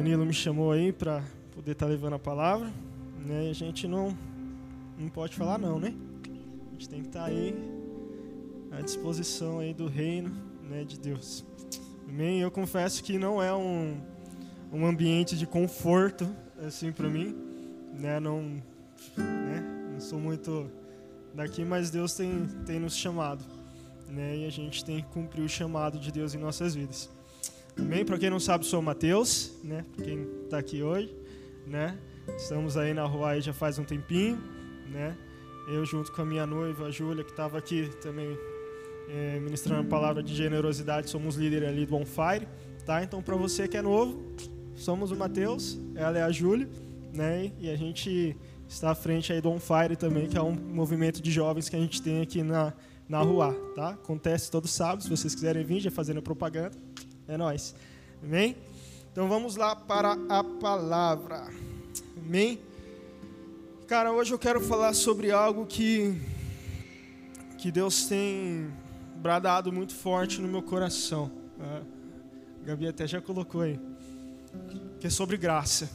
Danilo me chamou aí para poder estar levando a palavra, né? E a gente não pode falar não, né? A gente tem que estar aí à disposição aí do reino, né, de Deus. Amém? Eu confesso que não é um ambiente de conforto assim para mim, né? Não sou muito daqui, mas Deus tem nos chamado, né? E a gente tem que cumprir o chamado de Deus em nossas vidas. Amém? Para quem não sabe, sou o Matheus, né? Para quem está aqui hoje, né? Estamos aí na rua aí já faz um tempinho, né? Eu junto com a minha noiva, a Júlia, que estava aqui também ministrando a palavra de generosidade, somos líderes ali do On Fire, tá? Então, para você que é novo, somos o Matheus, ela é a Júlia, né? E a gente está à frente aí do On Fire também, que é um movimento de jovens que a gente tem aqui na rua, tá? Acontece todo sábado, se vocês quiserem vir, já fazendo propaganda. É nóis. Amém? Então vamos lá para a palavra. Amém? Cara, hoje eu quero falar sobre algo que Deus tem bradado muito forte no meu coração. A Gabi até já colocou aí. Que é sobre graça.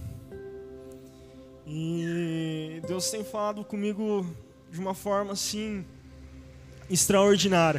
E Deus tem falado comigo de uma forma assim extraordinária.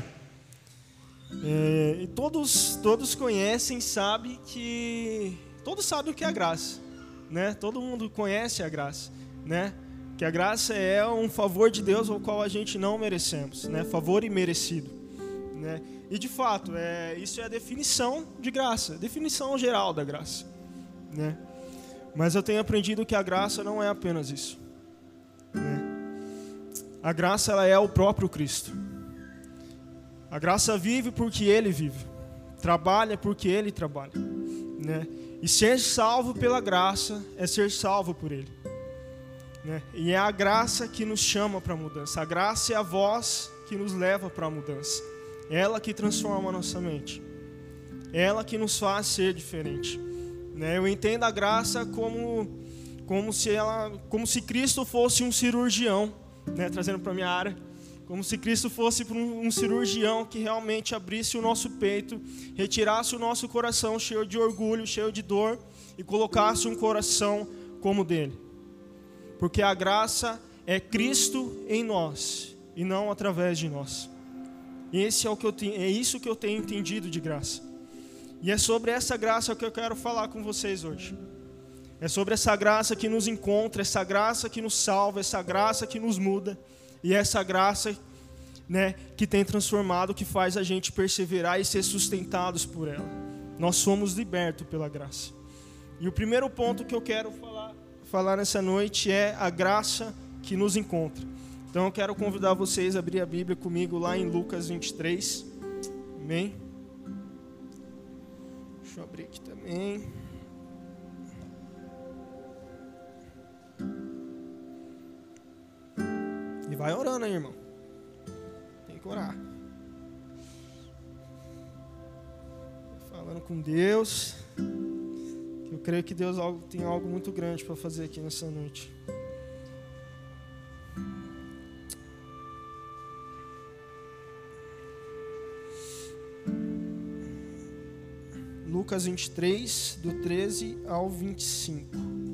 E todos conhecem, todos sabem o que é a graça, né? Todo mundo conhece a graça, né? Que a graça é um favor de Deus ao qual a gente não merecemos, né? Favor imerecido, né? E de fato, isso é a definição de graça, definição geral da graça, né? Mas eu tenho aprendido que a graça não é apenas isso, né? A graça, ela é o próprio Cristo. A graça vive porque Ele vive, trabalha porque Ele trabalha, né? E ser salvo pela graça é ser salvo por Ele, né? E é a graça que nos chama para a mudança. A graça é a voz que nos leva para a mudança. Ela que transforma a nossa mente. Ela que nos faz ser diferente, né? Eu entendo a graça como se Cristo fosse um cirurgião, né? Trazendo para a minha área. Como se Cristo fosse um cirurgião que realmente abrisse o nosso peito, retirasse o nosso coração cheio de orgulho, cheio de dor, e colocasse um coração como o dele. Porque a graça é Cristo em nós, e não através de nós. É isso que eu tenho entendido de graça. E é sobre essa graça que eu quero falar com vocês hoje. É sobre essa graça que nos encontra, essa graça que nos salva, essa graça que nos muda. E essa graça, né, que tem transformado, que faz a gente perseverar e ser sustentados por ela. Nós somos libertos pela graça. E o primeiro ponto que eu quero falar nessa noite é a graça que nos encontra. Então eu quero convidar vocês a abrir a Bíblia comigo lá em Lucas 23. Amém? Deixa eu abrir aqui também. E vai orando aí, irmão. Tem que orar. Falando com Deus. Eu creio que Deus tem algo muito grande para fazer aqui nessa noite. Lucas 23, do 13 ao 25.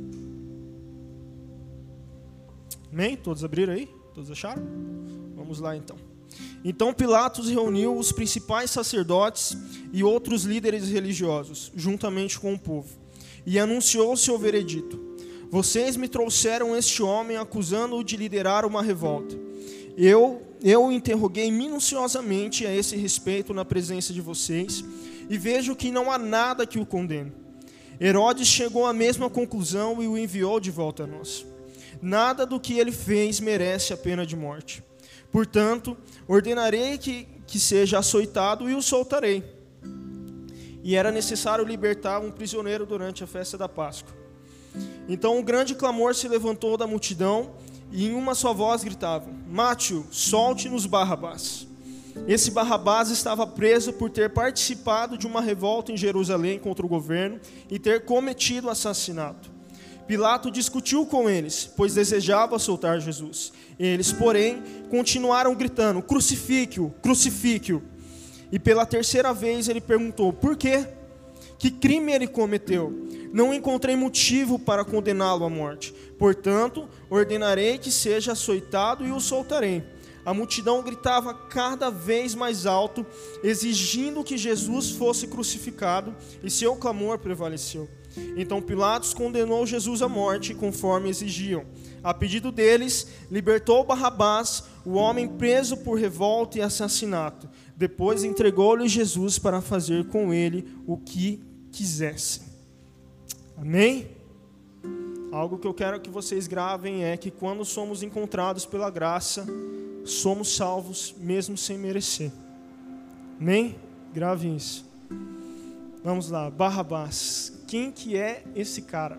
Amém? Todos abriram aí? Todos acharam? Vamos lá então. Então Pilatos reuniu os principais sacerdotes e outros líderes religiosos, juntamente com o povo, e anunciou seu veredito: vocês me trouxeram este homem acusando-o de liderar uma revolta. Eu o interroguei minuciosamente a esse respeito na presença de vocês, e vejo que não há nada que o condene. Herodes chegou à mesma conclusão e o enviou de volta a nós. Nada do que ele fez merece a pena de morte. Portanto, ordenarei que seja açoitado e o soltarei. E era necessário libertar um prisioneiro durante a festa da Páscoa. Então um grande clamor se levantou da multidão e em uma só voz gritavam: mate-o, solte-nos Barrabás. Esse Barrabás estava preso por ter participado de uma revolta em Jerusalém contra o governo e ter cometido assassinato. Pilato discutiu com eles, pois desejava soltar Jesus. Eles, porém, continuaram gritando: crucifique-o, crucifique-o. E pela terceira vez ele perguntou: por quê? Que crime ele cometeu? Não encontrei motivo para condená-lo à morte. Portanto, ordenarei que seja açoitado e o soltarei. A multidão gritava cada vez mais alto, exigindo que Jesus fosse crucificado, e seu clamor prevaleceu. Então Pilatos condenou Jesus à morte, conforme exigiam. A pedido deles, libertou Barrabás, o homem preso por revolta e assassinato. Depois entregou-lhe Jesus para fazer com ele o que quisesse. Amém? Algo que eu quero que vocês gravem é que quando somos encontrados pela graça, somos salvos mesmo sem merecer. Amém? Gravem isso. Vamos lá, Barrabás. Quem que é esse cara?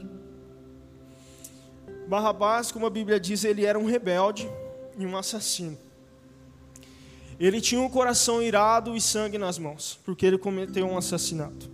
Barrabás, como a Bíblia diz, ele era um rebelde e um assassino. Ele tinha um coração irado e sangue nas mãos, porque ele cometeu um assassinato.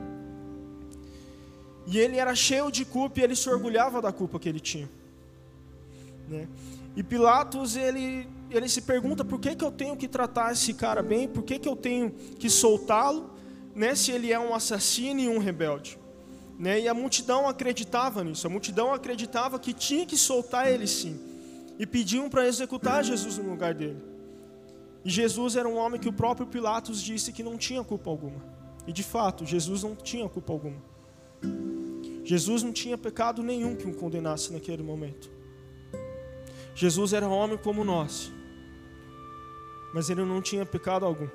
E ele era cheio de culpa e ele se orgulhava da culpa que ele tinha, né? E Pilatos, ele se pergunta, por que eu tenho que tratar esse cara bem? Por que eu tenho que soltá-lo, né, se ele é um assassino e um rebelde? Né? E a multidão acreditava nisso. A multidão acreditava que tinha que soltar ele sim. E pediam para executar Jesus no lugar dele. E Jesus era um homem que o próprio Pilatos disse que não tinha culpa alguma. E de fato, Jesus não tinha culpa alguma. Jesus não tinha pecado nenhum que o condenasse naquele momento. Jesus era homem como nós, mas ele não tinha pecado algum.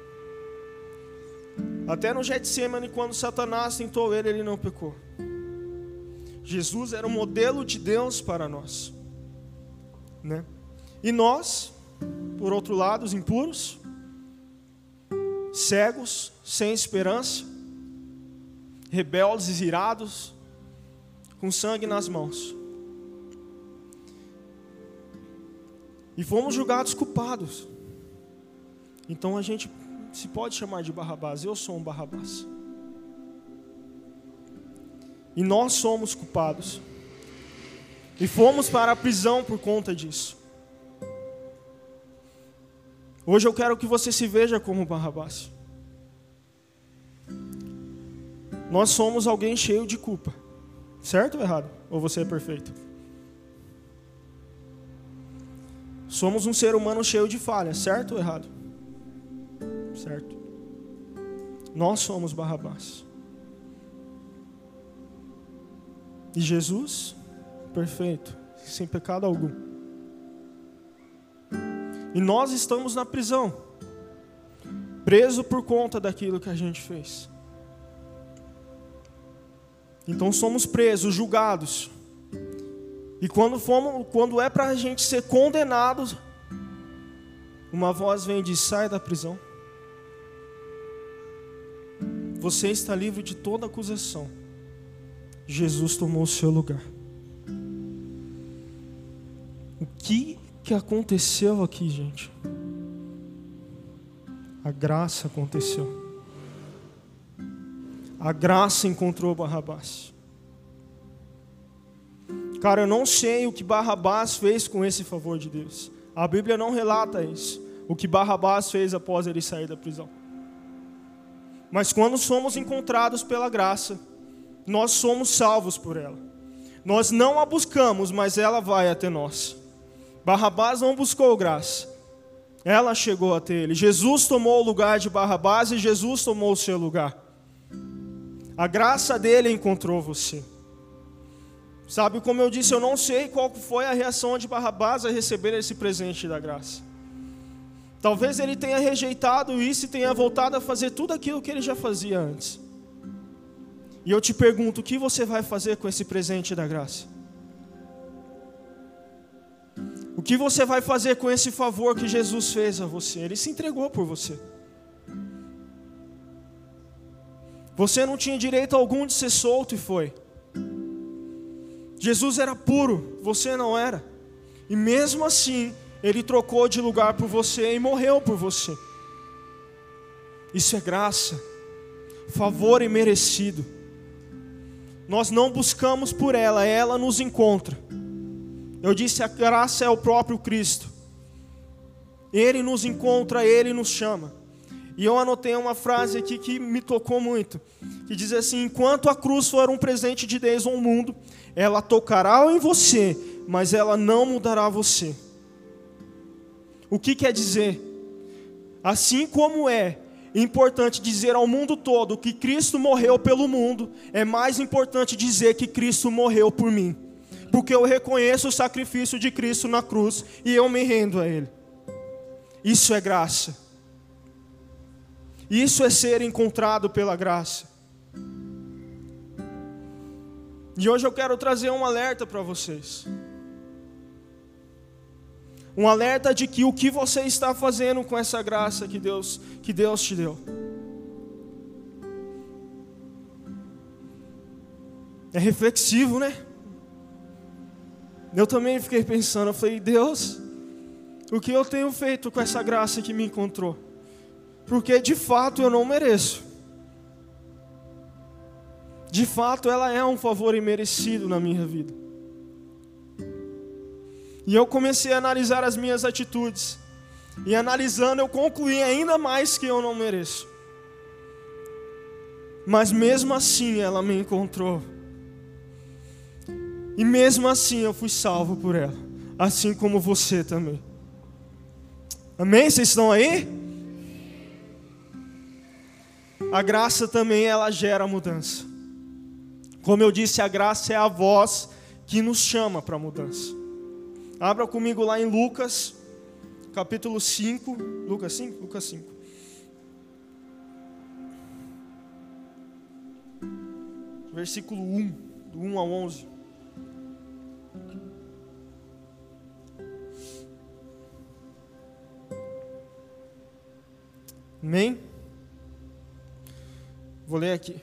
Até no Getsemane, quando Satanás tentou ele, ele não pecou. Jesus era o modelo de Deus para nós, né? E nós, por outro lado, os impuros, cegos, sem esperança, rebeldes e irados, com sangue nas mãos. E fomos julgados culpados. Então a gente se pode chamar de Barrabás. Eu sou um Barrabás. E nós somos culpados. E fomos para a prisão por conta disso. Hoje eu quero que você se veja como Barrabás. Nós somos alguém cheio de culpa. Certo ou errado? Ou você é perfeito? Somos um ser humano cheio de falhas, certo ou errado? Certo. Nós somos Barrabás. E Jesus, perfeito, sem pecado algum. E nós estamos na prisão, preso por conta daquilo que a gente fez. Então somos presos, julgados. E quando é para a gente ser condenado, uma voz vem e diz: sai da prisão. Você está livre de toda acusação. Jesus tomou o seu lugar. O que aconteceu aqui, gente? A graça aconteceu. A graça encontrou Barrabás. Cara, eu não sei o que Barrabás fez com esse favor de Deus. A Bíblia não relata isso, o que Barrabás fez após ele sair da prisão. Mas quando somos encontrados pela graça, nós somos salvos por ela. Nós não a buscamos, mas ela vai até nós. Barrabás não buscou graça, ela chegou até ele. Jesus tomou o lugar de Barrabás e Jesus tomou o seu lugar. A graça dele encontrou você. Sabe, como eu disse, eu não sei qual foi a reação de Barrabás a receber esse presente da graça. Talvez ele tenha rejeitado isso e tenha voltado a fazer tudo aquilo que ele já fazia antes. E eu te pergunto, o que você vai fazer com esse presente da graça? O que você vai fazer com esse favor que Jesus fez a você? Ele se entregou por você. Você não tinha direito algum de ser solto e foi. Jesus era puro, você não era. E mesmo assim, ele trocou de lugar por você e morreu por você. Isso é graça, favor imerecido. Nós não buscamos por ela nos encontra. Eu disse, a graça é o próprio Cristo. Ele nos encontra, Ele nos chama. E eu anotei uma frase aqui que me tocou muito, que diz assim: enquanto a cruz for um presente de Deus ao mundo, ela tocará em você, mas ela não mudará você. O que quer dizer? Assim como é importante dizer ao mundo todo que Cristo morreu pelo mundo, é mais importante dizer que Cristo morreu por mim, porque eu reconheço o sacrifício de Cristo na cruz e eu me rendo a Ele. Isso é graça. Isso é ser encontrado pela graça. E hoje eu quero trazer um alerta para vocês. Um alerta de que o que você está fazendo com essa graça que Deus te deu. É reflexivo, né? Eu também fiquei pensando, eu falei: Deus, o que eu tenho feito com essa graça que me encontrou? Porque de fato eu não mereço. De fato ela é um favor imerecido na minha vida. E eu comecei a analisar as minhas atitudes. E analisando eu concluí ainda mais que eu não mereço. Mas mesmo assim ela me encontrou. E mesmo assim eu fui salvo por ela. Assim como você também. Amém? Vocês estão aí? A graça também ela gera mudança. Como eu disse, a graça é a voz que nos chama para a mudança. Abra comigo lá em Lucas, capítulo 5. Lucas 5? Lucas 5. Versículo 1, do 1 ao 11. Amém? Vou ler aqui.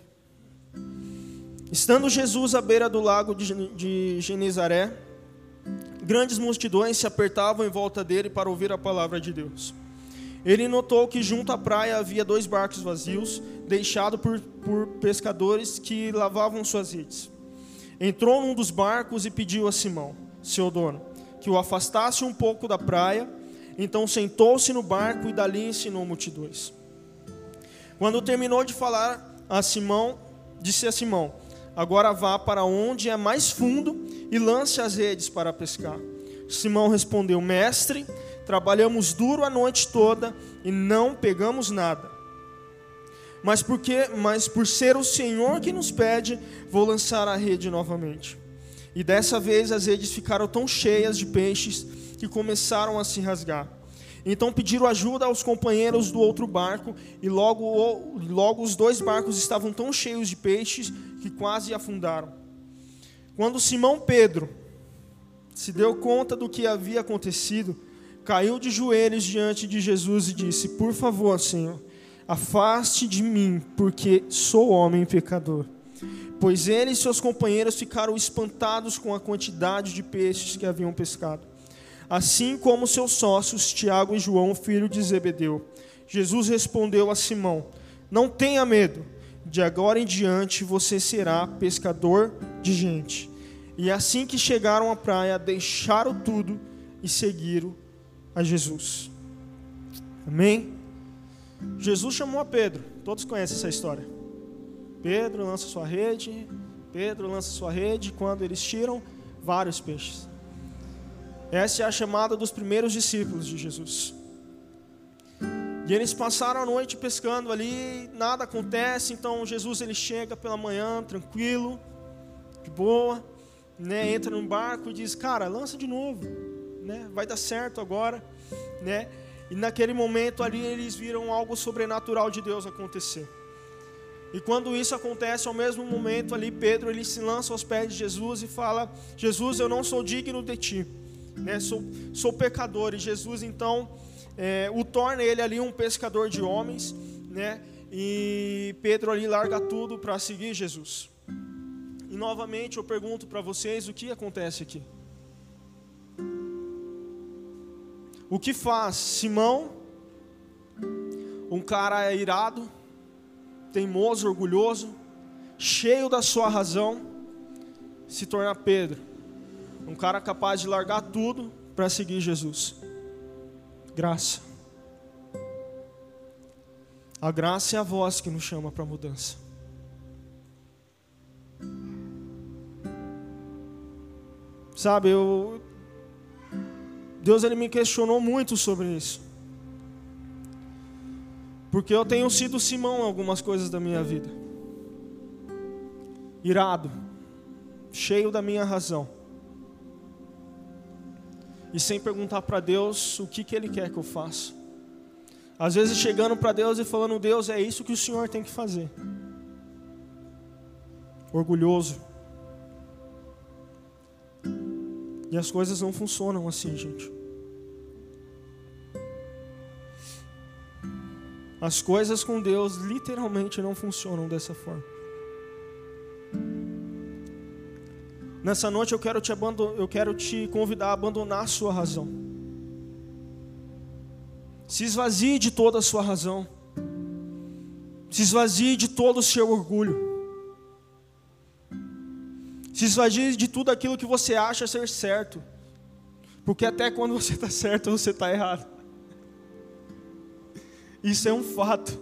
Estando Jesus à beira do lago de Genezaré, grandes multidões se apertavam em volta dele para ouvir a palavra de Deus. Ele notou que junto à praia havia 2 barcos vazios, deixados por pescadores que lavavam suas redes. Entrou num dos barcos e pediu a Simão, seu dono, que o afastasse um pouco da praia. Então sentou-se no barco e dali ensinou multidões. Quando terminou de falar a Simão, disse a Simão: agora vá para onde é mais fundo e lance as redes para pescar. Simão respondeu: mestre, trabalhamos duro a noite toda e não pegamos nada. Mas por ser o Senhor que nos pede, vou lançar a rede novamente. E dessa vez as redes ficaram tão cheias de peixes que começaram a se rasgar. Então pediram ajuda aos companheiros do outro barco, e logo os 2 barcos estavam tão cheios de peixes que quase afundaram. Quando Simão Pedro se deu conta do que havia acontecido, caiu de joelhos diante de Jesus e disse: por favor, Senhor, afaste de mim, porque sou homem pecador. Pois ele e seus companheiros ficaram espantados com a quantidade de peixes que haviam pescado, assim como seus sócios Tiago e João, filho de Zebedeu. Jesus respondeu a Simão: não tenha medo, de agora em diante você será pescador de gente. E assim que chegaram à praia, deixaram tudo e seguiram a Jesus. Amém? Jesus chamou a Pedro. Todos conhecem essa história. Pedro lança sua rede. Quando eles tiram, vários peixes. Essa é a chamada dos primeiros discípulos de Jesus. E eles passaram a noite pescando ali, nada acontece. Então Jesus ele chega pela manhã, tranquilo, de boa, né? Entra no barco e diz: cara, lança de novo, né? Vai dar certo agora, né? E naquele momento ali eles viram algo sobrenatural de Deus acontecer. E quando isso acontece, ao mesmo momento ali, Pedro ele se lança aos pés de Jesus e fala: Jesus, eu não sou digno de ti, né? Sou pecador. E Jesus então o torna ele ali um pescador de homens, né? E Pedro ali larga tudo para seguir Jesus. E novamente eu pergunto para vocês: o que acontece aqui? O que faz Simão, um cara irado, teimoso, orgulhoso, cheio da sua razão, se tornar Pedro, um cara capaz de largar tudo para seguir Jesus? Graça. A graça é a voz que nos chama para a mudança. Sabe, Deus ele me questionou muito sobre isso. Porque eu tenho sido Simão em algumas coisas da minha vida. Irado, cheio da minha razão. E sem perguntar para Deus o que Ele quer que eu faça. Às vezes chegando para Deus e falando: Deus, é isso que o Senhor tem que fazer. Orgulhoso. E as coisas não funcionam assim, gente. As coisas com Deus literalmente não funcionam dessa forma. Nessa noite eu quero te convidar a abandonar a sua razão. Se esvazie de toda a sua razão. Se esvazie de todo o seu orgulho. Se esvazie de tudo aquilo que você acha ser certo. Porque até quando você está certo, você está errado. Isso é um fato.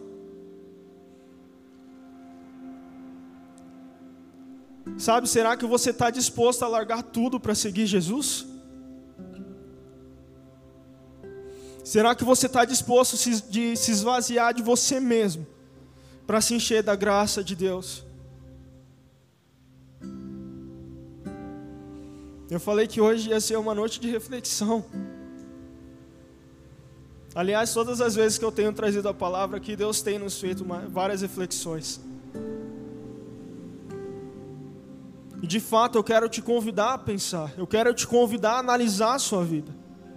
Sabe, será que você está disposto a largar tudo para seguir Jesus? Será que você está disposto a se esvaziar de você mesmo para se encher da graça de Deus? Eu falei que hoje ia ser uma noite de reflexão. Aliás, todas as vezes que eu tenho trazido a palavra aqui, Deus tem nos feito várias reflexões. E de fato eu quero te convidar a pensar. Eu quero te convidar a analisar a sua vida.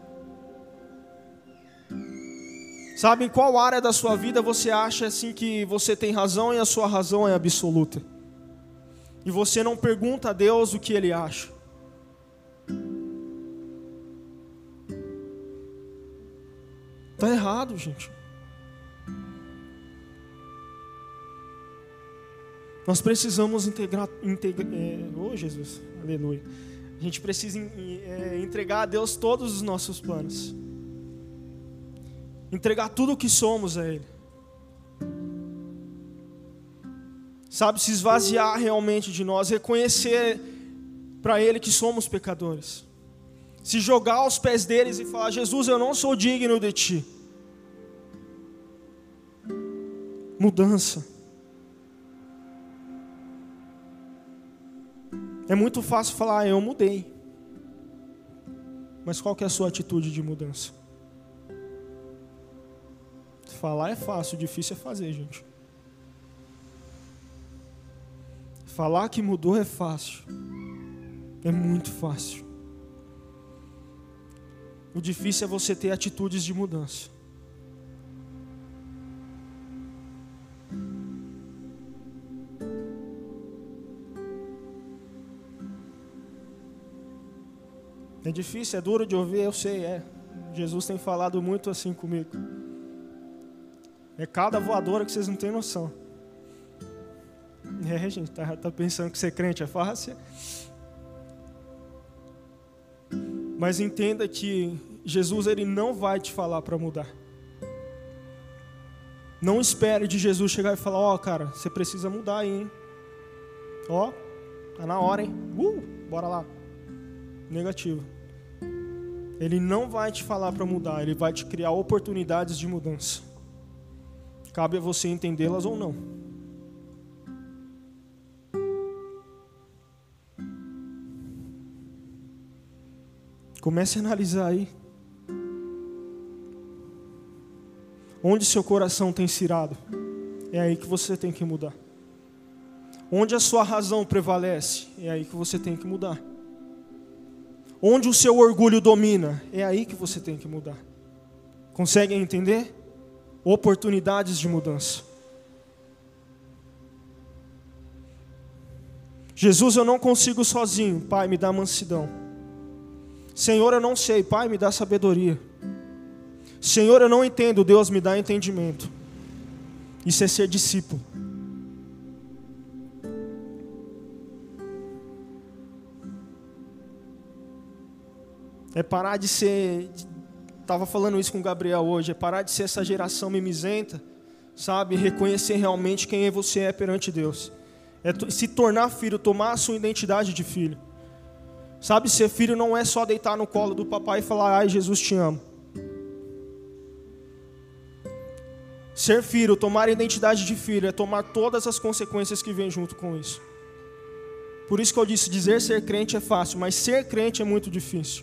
Sabe, em qual área da sua vida você acha assim que você tem razão e a sua razão é absoluta? E você não pergunta a Deus o que Ele acha. Está errado, gente. Nós precisamos oh Jesus, aleluia. A gente precisa entregar a Deus todos os nossos planos. Entregar tudo o que somos a Ele. Sabe, se esvaziar realmente de nós, reconhecer para Ele que somos pecadores. Se jogar aos pés deles e falar: Jesus, eu não sou digno de Ti. Mudança. É muito fácil falar: eu mudei. Mas qual que é a sua atitude de mudança? Falar é fácil, difícil é fazer, gente. Falar que mudou é fácil. É muito fácil. O difícil é você ter atitudes de mudança. É difícil, é duro de ouvir, eu sei, Jesus tem falado muito assim comigo. É cada voadora que vocês não têm noção. Gente, tá pensando que ser crente é fácil? Mas entenda que Jesus, Ele não vai te falar para mudar. Não espere de Jesus chegar e falar: ó, cara, você precisa mudar aí, hein? Ó, tá na hora, hein? Bora lá. Negativo. Ele não vai te falar para mudar, Ele vai te criar oportunidades de mudança. Cabe a você entendê-las ou não. Comece a analisar aí. Onde seu coração tem cirado, é aí que você tem que mudar. Onde a sua razão prevalece, é aí que você tem que mudar. Onde o seu orgulho domina, é aí que você tem que mudar. Conseguem entender? Oportunidades de mudança. Jesus, eu não consigo sozinho, Pai, me dá mansidão. Senhor, eu não sei, Pai, me dá sabedoria. Senhor, eu não entendo, Deus, me dá entendimento. Isso é ser discípulo. É parar de ser... Estava falando isso com o Gabriel hoje. É parar de ser essa geração mimizenta, sabe, reconhecer realmente quem você é perante Deus. É se tornar filho, tomar a sua identidade de filho. Sabe, ser filho não é só deitar no colo do papai e falar, ai, Jesus te amo. Ser filho, tomar a identidade de filho, é tomar todas as consequências que vêm junto com isso. Por isso que eu disse, dizer ser crente é fácil, mas ser crente é muito difícil.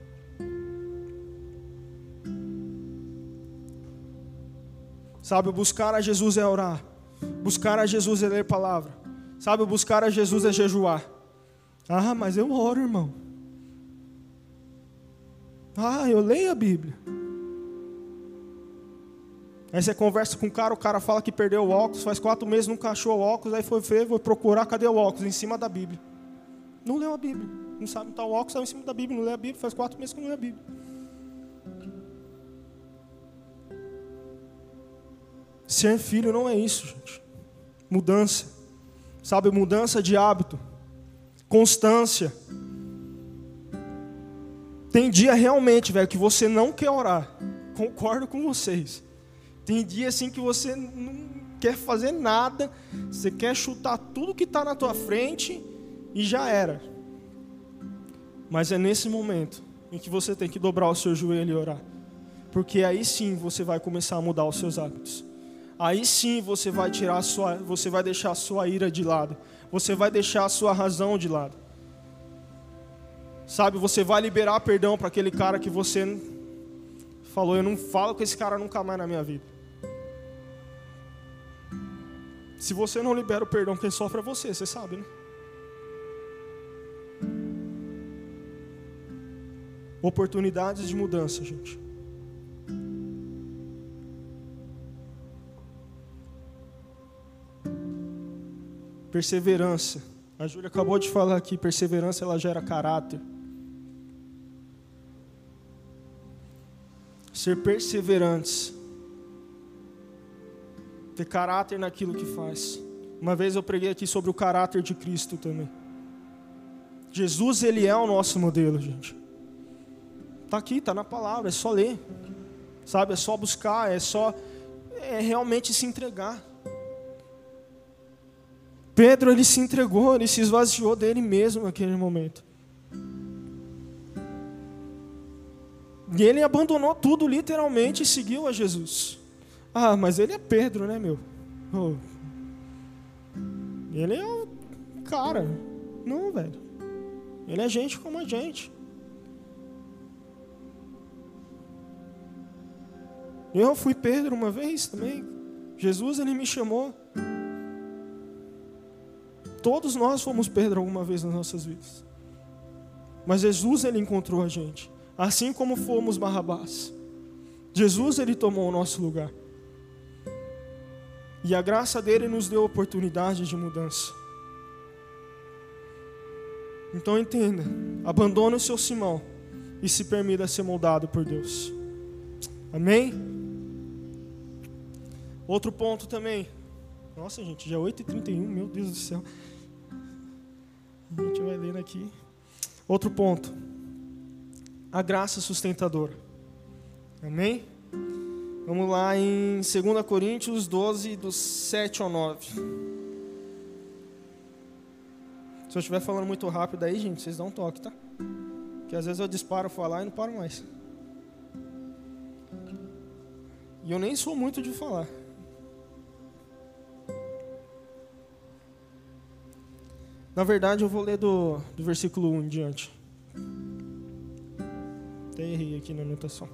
Sabe, buscar a Jesus é orar. Buscar a Jesus é ler palavra. Sabe, buscar a Jesus é jejuar. Ah, mas eu oro, irmão. Ah, eu leio a Bíblia. Aí você conversa com o cara fala que perdeu o óculos, faz 4 meses nunca achou o óculos, aí foi procurar, cadê o óculos? Em cima da Bíblia. Não leu a Bíblia. Não sabe onde está o óculos, está em cima da Bíblia, não lê a Bíblia, faz 4 meses que não lê a Bíblia. Ser filho não é isso, gente. Mudança. Sabe, mudança de hábito. Constância. Tem dia realmente, velho, que você não quer orar. Concordo com vocês. Tem dia assim que você não quer fazer nada. Você quer chutar tudo que está na tua frente e já era. Mas é nesse momento em que você tem que dobrar o seu joelho e orar. Porque aí sim você vai começar a mudar os seus hábitos. Aí sim você vai você vai deixar a sua ira de lado. Você vai deixar a sua razão de lado. Sabe, você vai liberar perdão para aquele cara que você falou, eu não falo com esse cara nunca mais na minha vida. Se você não libera o perdão, quem sofre é você sabe, né? Oportunidades de mudança, gente. Perseverança. A Júlia acabou de falar aqui, perseverança ela gera caráter. Ser perseverantes. Ter caráter naquilo que faz. Uma vez eu preguei aqui sobre o caráter de Cristo também. Jesus, ele é o nosso modelo, gente. Está aqui, está na palavra, é só ler. Sabe, é só buscar, é realmente se entregar. Pedro, ele se entregou, ele se esvaziou dele mesmo naquele momento. E ele abandonou tudo literalmente e seguiu a Jesus. Ah, mas ele é Pedro, né, meu? Oh. Ele é o cara. Não, velho. Ele é gente como a gente. Eu fui Pedro uma vez também. Jesus, ele me chamou. Todos nós fomos Pedro alguma vez nas nossas vidas. Mas Jesus, ele encontrou a gente. Assim como fomos Barrabás. Jesus, ele tomou o nosso lugar. E a graça dele nos deu oportunidade de mudança. Então entenda. Abandone o seu Simão. E se permita ser moldado por Deus. Amém? Outro ponto também. Nossa, gente, já é 8h31, meu Deus do céu. A gente vai lendo aqui. Outro ponto. A graça sustentadora. Amém? Vamos lá em 2 Coríntios 12, do 7 ao 9. Se eu estiver falando muito rápido aí, gente, vocês dão um toque, tá? Porque às vezes eu disparo falar e não paro mais. E eu nem sou muito de falar. Na verdade, eu vou ler do versículo 1 em diante. Até errei aqui na anotação.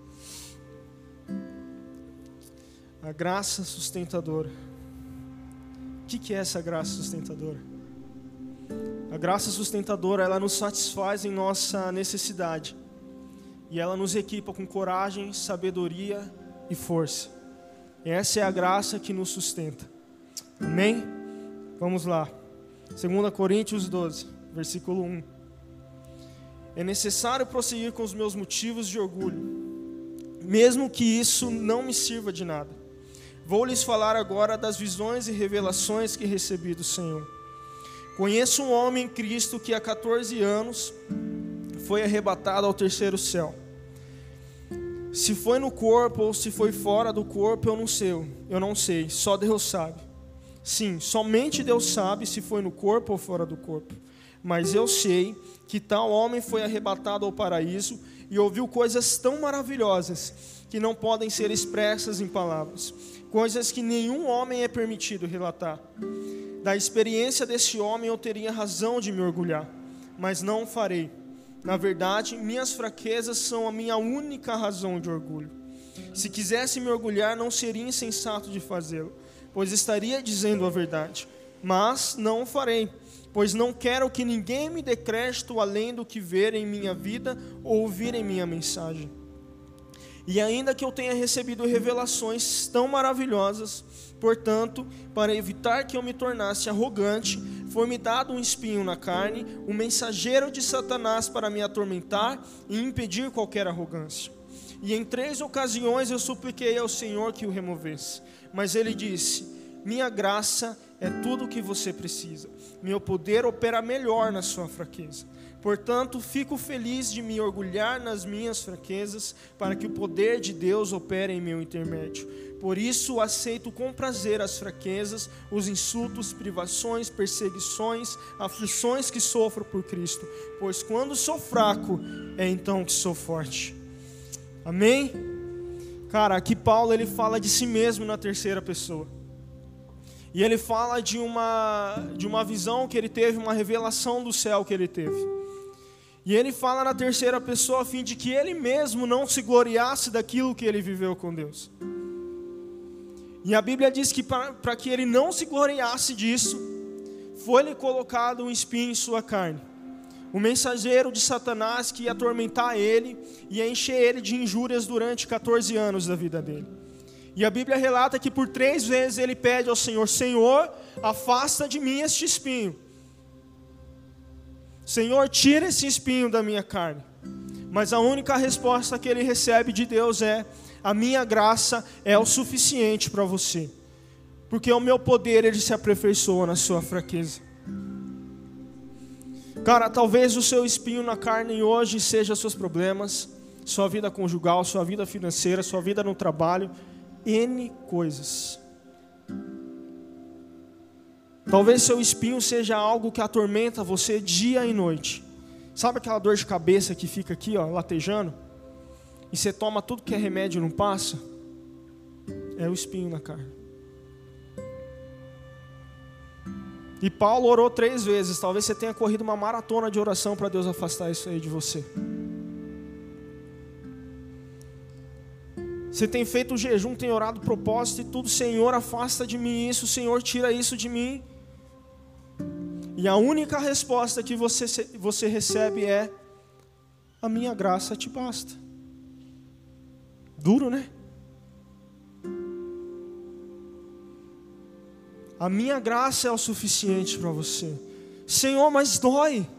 A graça sustentadora. O que é essa graça sustentadora? A graça sustentadora, ela nos satisfaz em nossa necessidade. E ela nos equipa com coragem, sabedoria e força. Essa é a graça que nos sustenta. Amém? Vamos lá. 2 Coríntios 12, versículo 1. É necessário prosseguir com os meus motivos de orgulho, mesmo que isso não me sirva de nada. Vou lhes falar agora das visões e revelações que recebi do Senhor. Conheço um homem em Cristo que há 14 anos foi arrebatado ao terceiro céu. Se foi no corpo ou se foi fora do corpo, eu não sei, só Deus sabe. Sim, somente Deus sabe se foi no corpo ou fora do corpo. Mas eu sei que tal homem foi arrebatado ao paraíso e ouviu coisas tão maravilhosas que não podem ser expressas em palavras, coisas que nenhum homem é permitido relatar. Da experiência desse homem eu teria razão de me orgulhar, mas não o farei. Na verdade, minhas fraquezas são a minha única razão de orgulho. Se quisesse me orgulhar, não seria insensato de fazê-lo, pois estaria dizendo a verdade. Mas não o farei, pois não quero que ninguém me dê crédito além do que ver em minha vida ou ouvir em minha mensagem. E ainda que eu tenha recebido revelações tão maravilhosas, portanto, para evitar que eu me tornasse arrogante, foi-me dado um espinho na carne, um mensageiro de Satanás para me atormentar e impedir qualquer arrogância. E em 3 ocasiões eu supliquei ao Senhor que o removesse. Mas ele disse: minha graça é tudo o que você precisa. Meu poder opera melhor na sua fraqueza. Portanto, fico feliz de me orgulhar nas minhas fraquezas, para que o poder de Deus opere em meu intermédio. Por isso, aceito com prazer as fraquezas, os insultos, privações, perseguições, aflições que sofro por Cristo. Pois quando sou fraco, é então que sou forte. Amém? Cara, aqui Paulo ele fala de si mesmo na terceira pessoa. E ele fala de uma visão que ele teve, uma revelação do céu que ele teve. E ele fala na terceira pessoa a fim de que ele mesmo não se gloriasse daquilo que ele viveu com Deus. E a Bíblia diz que para que ele não se gloriasse disso, foi-lhe colocado um espinho em sua carne. O mensageiro de Satanás que ia atormentar ele, ia encher ele de injúrias durante 14 anos da vida dele. E a Bíblia relata que por 3 vezes ele pede ao Senhor: Senhor, afasta de mim este espinho. Senhor, tira esse espinho da minha carne. Mas a única resposta que ele recebe de Deus é: a minha graça é o suficiente para você, porque o meu poder ele se aperfeiçoa na sua fraqueza. Cara, talvez o seu espinho na carne hoje seja seus problemas, sua vida conjugal, sua vida financeira, sua vida no trabalho, N coisas. Talvez seu espinho seja algo que atormenta você dia e noite. Sabe aquela dor de cabeça que fica aqui, ó, latejando? E você toma tudo que é remédio e não passa? É o espinho na carne. E Paulo orou 3 vezes. Talvez você tenha corrido uma maratona de oração para Deus afastar isso aí de você. Você tem feito o jejum, tem orado propósito e tudo. Senhor, afasta de mim isso. Senhor, tira isso de mim. E a única resposta que você recebe é: a minha graça te basta. Duro, né? A minha graça é o suficiente para você. Senhor, mas dói,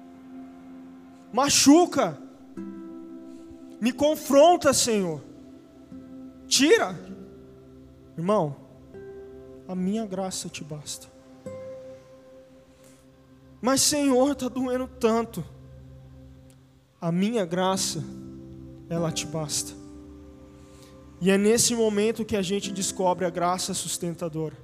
machuca, me confronta, Senhor. Tira. Irmão, a minha graça te basta. Mas Senhor, está doendo tanto. A minha graça, ela te basta. E é nesse momento que a gente descobre a graça sustentadora.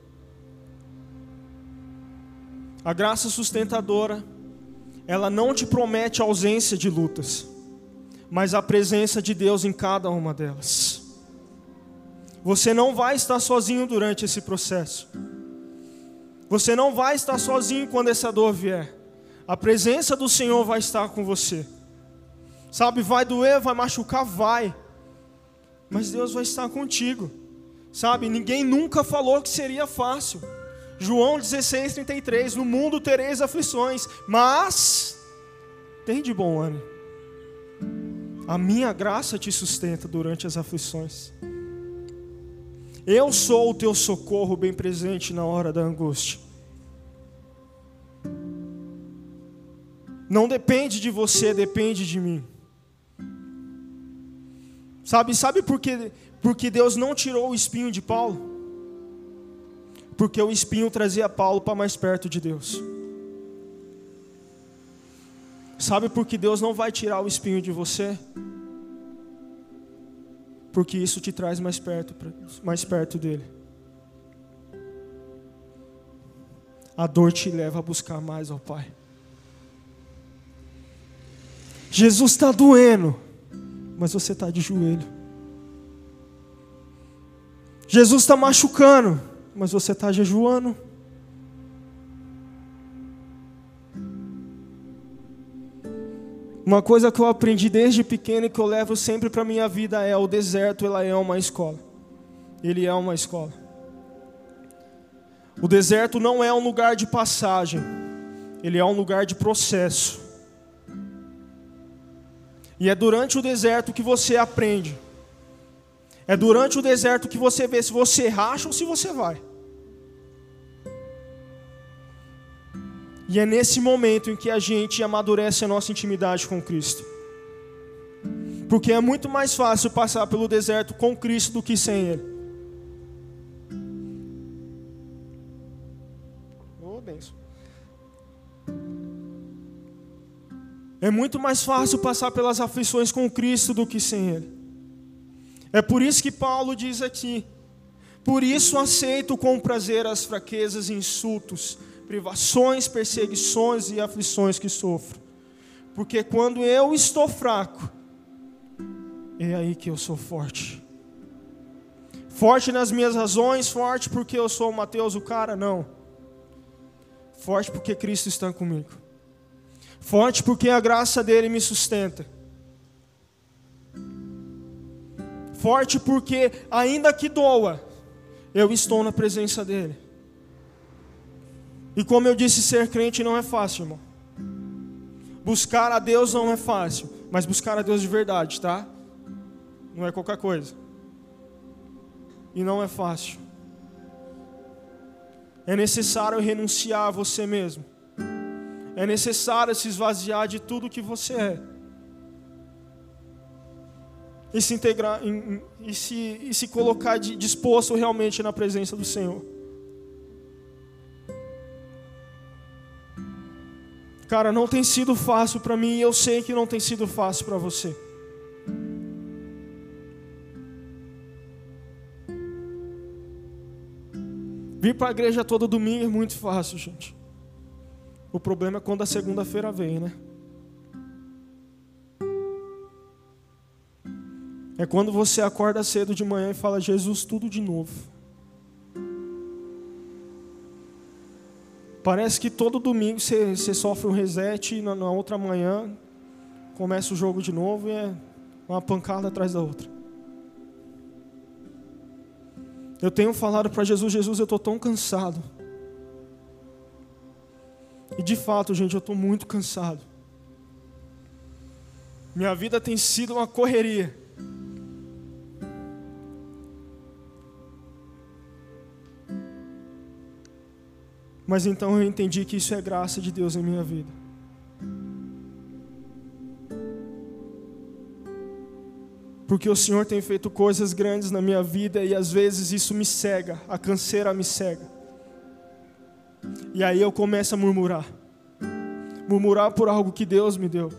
A graça sustentadora, ela não te promete a ausência de lutas, mas a presença de Deus em cada uma delas. Você não vai estar sozinho durante esse processo. Você não vai estar sozinho quando essa dor vier. A presença do Senhor vai estar com você. Sabe, vai doer, vai machucar, vai. Mas Deus vai estar contigo. Sabe, ninguém nunca falou que seria fácil. João 16:33, no mundo tereis aflições, mas tem de bom ânimo. A minha graça te sustenta durante as aflições. Eu sou o teu socorro bem presente na hora da angústia. Não depende de você, depende de mim. Sabe por que Deus não tirou o espinho de Paulo? Porque o espinho trazia Paulo para mais perto de Deus. Sabe por que Deus não vai tirar o espinho de você? porque isso te traz mais perto dele. A dor te leva a buscar mais ao Pai. Jesus está doendo, mas você está de joelho. Jesus está machucando, mas você está jejuando. Uma coisa que eu aprendi desde pequeno e que eu levo sempre para a minha vida é: o deserto, ela é uma escola. Ele é uma escola. O deserto não é um lugar de passagem, ele é um lugar de processo. E é durante o deserto que você aprende. É durante o deserto que você vê se você racha ou se você vai. E é nesse momento em que a gente amadurece a nossa intimidade com Cristo. Porque é muito mais fácil passar pelo deserto com Cristo do que sem Ele. Oh, benção. É muito mais fácil passar pelas aflições com Cristo do que sem Ele. É por isso que Paulo diz aqui: por isso aceito com prazer as fraquezas e insultos, privações, perseguições e aflições que sofro. Porque quando eu estou fraco, é aí que eu sou forte. Forte nas minhas razões, forte porque eu sou o Mateus o cara? Não. Forte porque Cristo está comigo. Forte porque a graça dele me sustenta. Forte porque, ainda que doa, eu estou na presença dele. E como eu disse, ser crente não é fácil, irmão. Buscar a Deus não é fácil, mas buscar a Deus de verdade, tá? Não é qualquer coisa. E não é fácil. É necessário renunciar a você mesmo. É necessário se esvaziar de tudo que você é. E se integrar, e se colocar disposto realmente na presença do Senhor. Cara, não tem sido fácil para mim e eu sei que não tem sido fácil para você. Vir para a igreja todo domingo é muito fácil, gente. O problema é quando a segunda-feira vem, né? É quando você acorda cedo de manhã e fala: Jesus, tudo de novo. Parece que todo domingo você sofre um reset e na outra manhã começa o jogo de novo e é uma pancada atrás da outra. Eu tenho falado para Jesus: Jesus, eu estou tão cansado. E de fato, gente, eu estou muito cansado. Minha vida tem sido uma correria. Mas então eu entendi que isso é graça de Deus em minha vida. Porque o Senhor tem feito coisas grandes na minha vida e às vezes isso me cega, a canseira me cega. E aí eu começo a murmurar. Murmurar por algo que Deus me deu.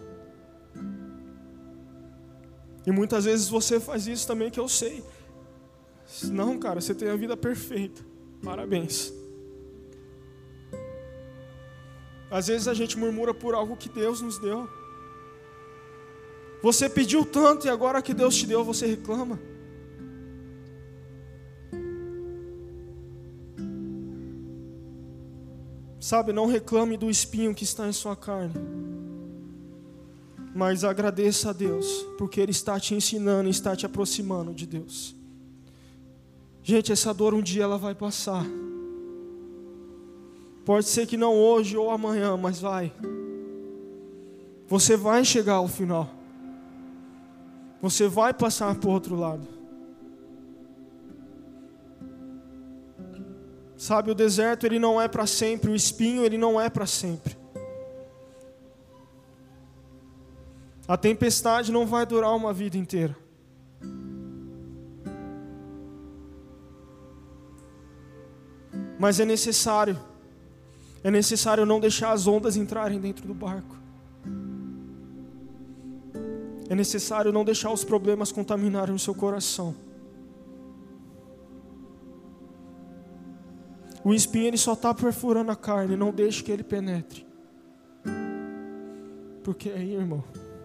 E muitas vezes você faz isso também, que eu sei. Não, cara, você tem a vida perfeita. Parabéns. Às vezes a gente murmura por algo que Deus nos deu. Você pediu tanto e agora que Deus te deu, você reclama. Sabe, não reclame do espinho que está em sua carne. Mas agradeça a Deus, porque Ele está te ensinando e está te aproximando de Deus. Gente, essa dor um dia ela vai passar. Pode ser que não hoje ou amanhã, mas vai. Você vai chegar ao final. Você vai passar para o outro lado. Sabe, o deserto ele não é para sempre, o espinho ele não é para sempre. A tempestade não vai durar uma vida inteira. Mas é necessário não deixar as ondas entrarem dentro do barco. É necessário não deixar os problemas contaminarem o seu coração. O espinho ele só está perfurando a carne, não deixe que ele penetre. Porque aí, irmão,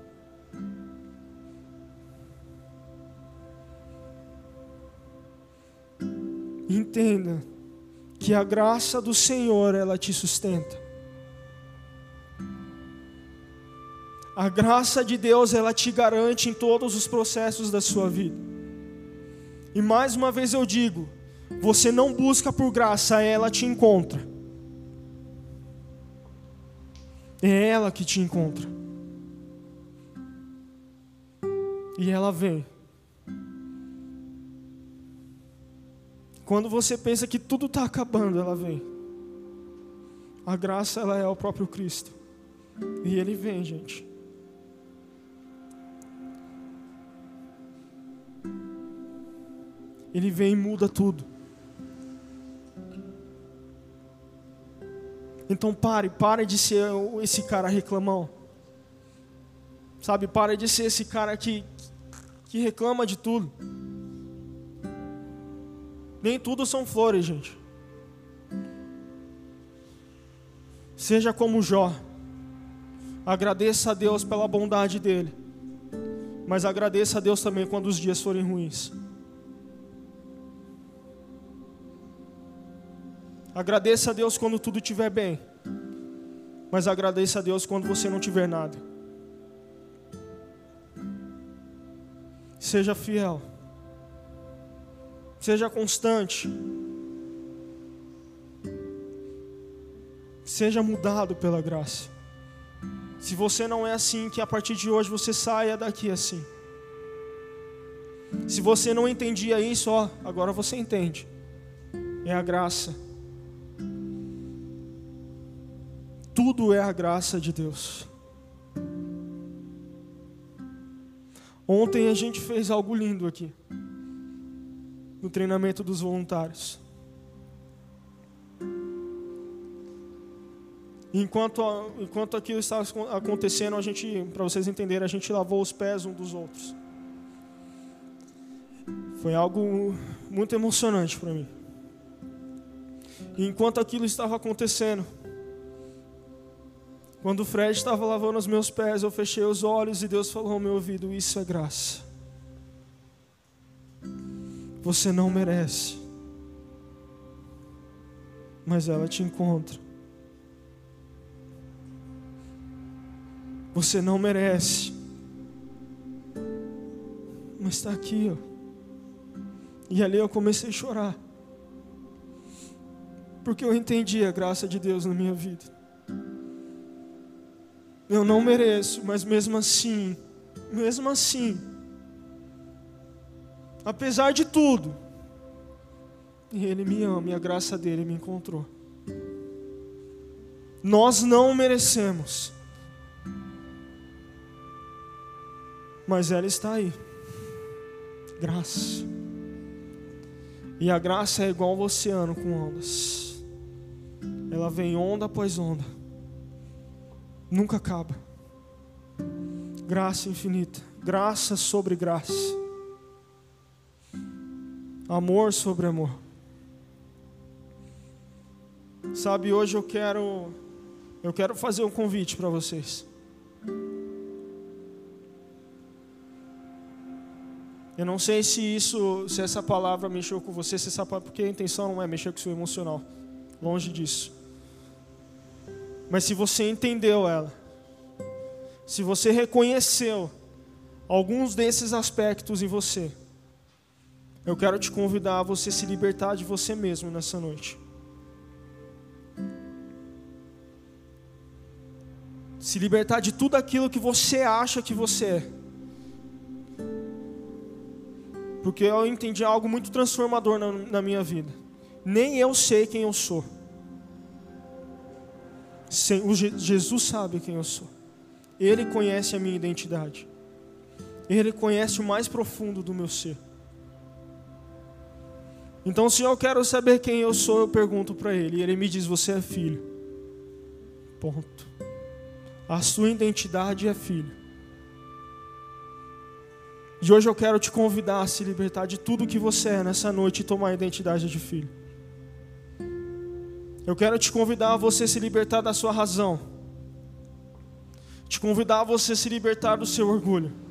entenda que a graça do Senhor, ela te sustenta. A graça de Deus, ela te garante em todos os processos da sua vida. E mais uma vez eu digo, você não busca por graça, ela te encontra. É ela que te encontra. E ela vem. Quando você pensa que tudo está acabando, ela vem. A graça, ela é o próprio Cristo. E Ele vem, gente. Ele vem e muda tudo. Então pare de ser esse cara reclamão. Sabe, pare de ser esse cara que reclama de tudo. Nem tudo são flores, gente. Seja como Jó. Agradeça a Deus pela bondade dele. Mas agradeça a Deus também quando os dias forem ruins. Agradeça a Deus quando tudo estiver bem. Mas agradeça a Deus quando você não tiver nada. Seja fiel. Seja constante. Seja mudado pela graça. Se você não é assim, que a partir de hoje você saia daqui assim. Se você não entendia isso, agora você entende. É a graça. Tudo é a graça de Deus. Ontem a gente fez algo lindo aqui, no treinamento dos voluntários. Enquanto aquilo estava acontecendo, para vocês entenderem, a gente lavou os pés uns dos outros. Foi algo muito emocionante para mim. E enquanto aquilo estava acontecendo, quando o Fred estava lavando os meus pés, eu fechei os olhos e Deus falou ao meu ouvido: isso é graça. Você não merece, mas ela te encontra. Você não merece, mas está aqui, E ali eu comecei a chorar, porque eu entendi a graça de Deus na minha vida. Eu não mereço, mas mesmo assim, apesar de tudo, Ele me ama e a graça dele me encontrou. Nós não merecemos, mas ela está aí. Graça. E a graça é igual ao oceano com ondas. Ela vem onda após onda. Nunca acaba. Graça infinita. Graça sobre graça. Amor sobre amor. Sabe, hoje eu quero fazer um convite para vocês. Eu não sei se essa palavra mexeu com você, se essa porque a intenção não é mexer com o seu emocional. Longe disso. Mas se você entendeu ela, se você reconheceu alguns desses aspectos em você, eu quero te convidar a você se libertar de você mesmo nessa noite. Se libertar de tudo aquilo que você acha que você é. Porque eu entendi algo muito transformador na minha vida. Nem eu sei quem eu sou. Jesus sabe quem eu sou. Ele conhece a minha identidade. Ele conhece o mais profundo do meu ser. Então, se eu quero saber quem eu sou, eu pergunto para Ele. E Ele me diz: você é filho. Ponto. A sua identidade é filho. E hoje eu quero te convidar a se libertar de tudo que você é nessa noite e tomar a identidade de filho. Eu quero te convidar a você se libertar da sua razão. Te convidar a você se libertar do seu orgulho.